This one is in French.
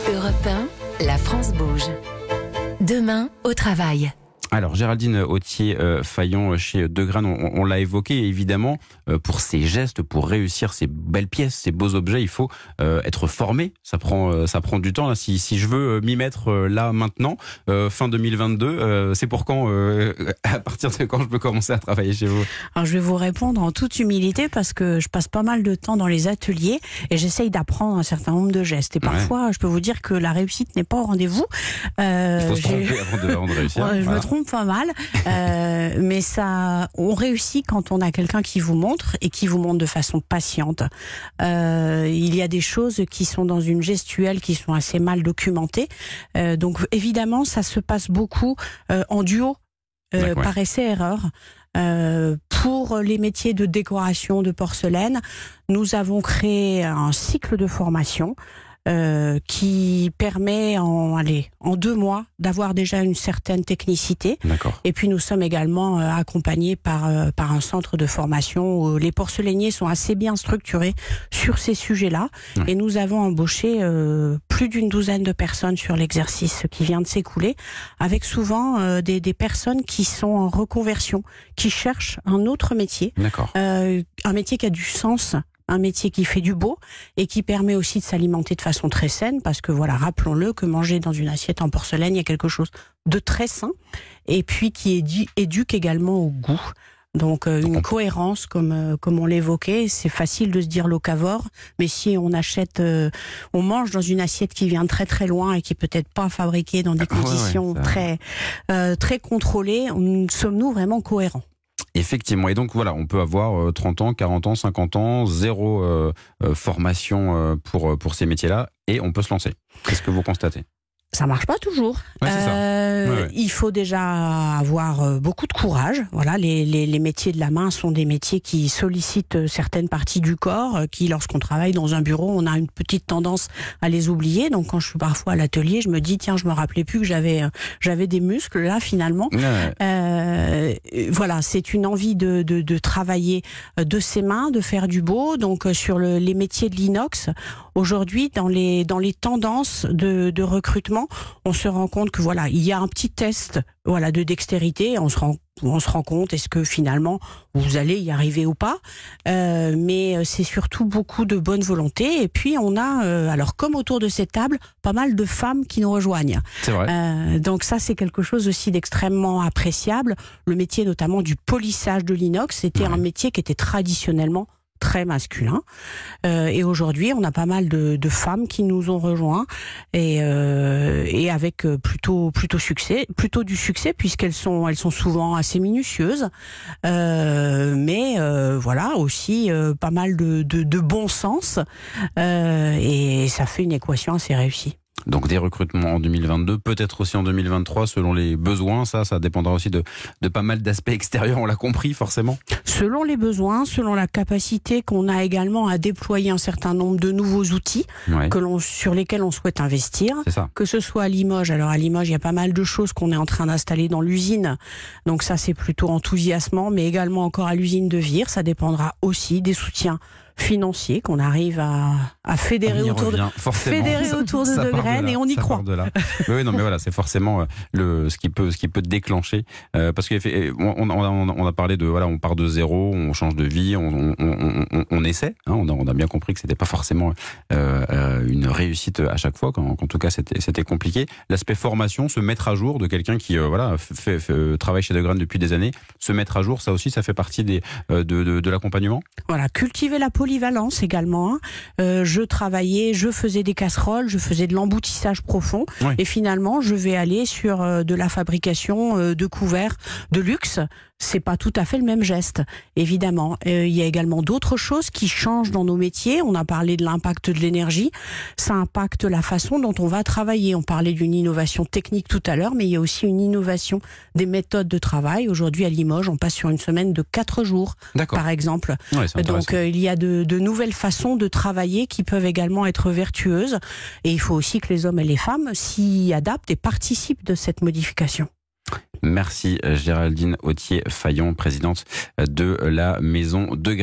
Europe 1, la France bouge. Demain, au travail. Alors Géraldine Authier-Fayon chez Degrane, on l'a évoqué, évidemment, pour ces gestes, pour réussir ces belles pièces, ces beaux objets, il faut être formé. Ça prend du temps. Là. Si je veux m'y mettre là maintenant, fin 2022, c'est pour quand à partir de quand je peux commencer à travailler chez vous? Alors je vais vous répondre en toute humilité parce que je passe pas mal de temps dans les ateliers et j'essaye d'apprendre un certain nombre de gestes. Et parfois, je peux vous dire que la réussite n'est pas au rendez-vous. Il faut se tromper avant de réussir. Je me trompe pas mal, mais on réussit quand on a quelqu'un qui vous montre et qui vous montre de façon patiente. Il y a des choses qui sont dans une gestuelle qui sont assez mal documentées. Donc évidemment, ça se passe beaucoup en duo, par essai-erreur. Pour les métiers de décoration de porcelaine, nous avons créé un cycle de formation qui permet en 2 mois d'avoir déjà une certaine technicité. D'accord. Et puis nous sommes également accompagnés par un centre de formation où les porcelainiers sont assez bien structurés sur ces sujets-là. Ouais. Et nous avons embauché plus d'une douzaine de personnes sur l'exercice qui vient de s'écouler, avec souvent des personnes qui sont en reconversion, qui cherchent un autre métier. D'accord. Un métier qui a du sens, un métier qui fait du beau et qui permet aussi de s'alimenter de façon très saine, parce que voilà, rappelons-le que manger dans une assiette en porcelaine, il y a quelque chose de très sain et puis qui éduque également au goût. Donc une cohérence comme on l'évoquait. C'est facile de se dire locavore, mais si on on mange dans une assiette qui vient très très loin et qui est peut-être pas fabriquée dans des conditions très contrôlées, sommes-nous vraiment cohérents? Effectivement, et donc voilà, on peut avoir 30 ans, 40 ans, 50 ans, zéro formation pour ces métiers-là, et on peut se lancer. Qu'est-ce que vous constatez? Ça marche pas toujours. Ouais, c'est ça. Il faut déjà avoir beaucoup de courage. Voilà, les métiers de la main sont des métiers qui sollicitent certaines parties du corps, qui, lorsqu'on travaille dans un bureau, on a une petite tendance à les oublier. Donc, quand je suis parfois à l'atelier, je me dis tiens, je me rappelais plus que j'avais des muscles là finalement. Voilà, c'est une envie de travailler de ses mains, de faire du beau. Donc, sur les métiers de l'inox, aujourd'hui, dans les tendances de recrutement, on se rend compte que voilà, il y a un petit test de dextérité. On se rend compte, est-ce que finalement vous allez y arriver ou pas, mais c'est surtout beaucoup de bonne volonté. Et puis on a, alors comme autour de cette table, pas mal de femmes qui nous rejoignent. C'est vrai. Donc ça, c'est quelque chose aussi d'extrêmement appréciable. Le métier notamment du polissage de l'inox, c'était un métier qui était traditionnellement très masculin, et aujourd'hui on a pas mal de femmes qui nous ont rejoints et avec plutôt du succès, puisqu'elles sont souvent assez minutieuses, mais voilà, aussi pas mal de bon sens, et ça fait une équation assez réussie. Donc des recrutements en 2022, peut-être aussi en 2023 selon les besoins. Ça dépendra aussi de pas mal d'aspects extérieurs, on l'a compris forcément. Selon les besoins, selon la capacité qu'on a également à déployer un certain nombre de nouveaux outils sur lesquels on souhaite investir. C'est ça. Que ce soit à Limoges. Alors à Limoges, il y a pas mal de choses qu'on est en train d'installer dans l'usine. Donc ça, c'est plutôt enthousiasmant, mais également encore à l'usine de Vire. Ça dépendra aussi des soutiens financiers qu'on arrive à fédérer autour de Degrane, et on y croit. Oui, non, mais voilà, c'est forcément ce qui peut déclencher, parce qu'on a parlé de on part de zéro, on change de vie, on essaie. Hein, on a bien compris que c'était pas forcément une réussite à chaque fois, qu'en tout cas c'était compliqué. L'aspect formation, se mettre à jour de quelqu'un qui travaille chez Degrane depuis des années, se mettre à jour, ça aussi, ça fait partie de l'accompagnement. Voilà, cultiver la polyvalence également. Je faisais des casseroles, je faisais de l'emboutissage profond, et finalement je vais aller sur de la fabrication de couverts de luxe. C'est pas tout à fait le même geste, évidemment. Il y a également d'autres choses qui changent dans nos métiers. On a parlé de l'impact de l'énergie. Ça impacte la façon dont on va travailler. On parlait d'une innovation technique tout à l'heure, mais il y a aussi une innovation des méthodes de travail. Aujourd'hui, à Limoges, on passe sur une semaine de 4 jours, par exemple. Donc, il y a de nouvelles façons de travailler qui peuvent également être vertueuses. Et il faut aussi que les hommes et les femmes s'y adaptent et participent de cette modification. Merci Géraldine Authier-Fayon, présidente de la Maison Degrane.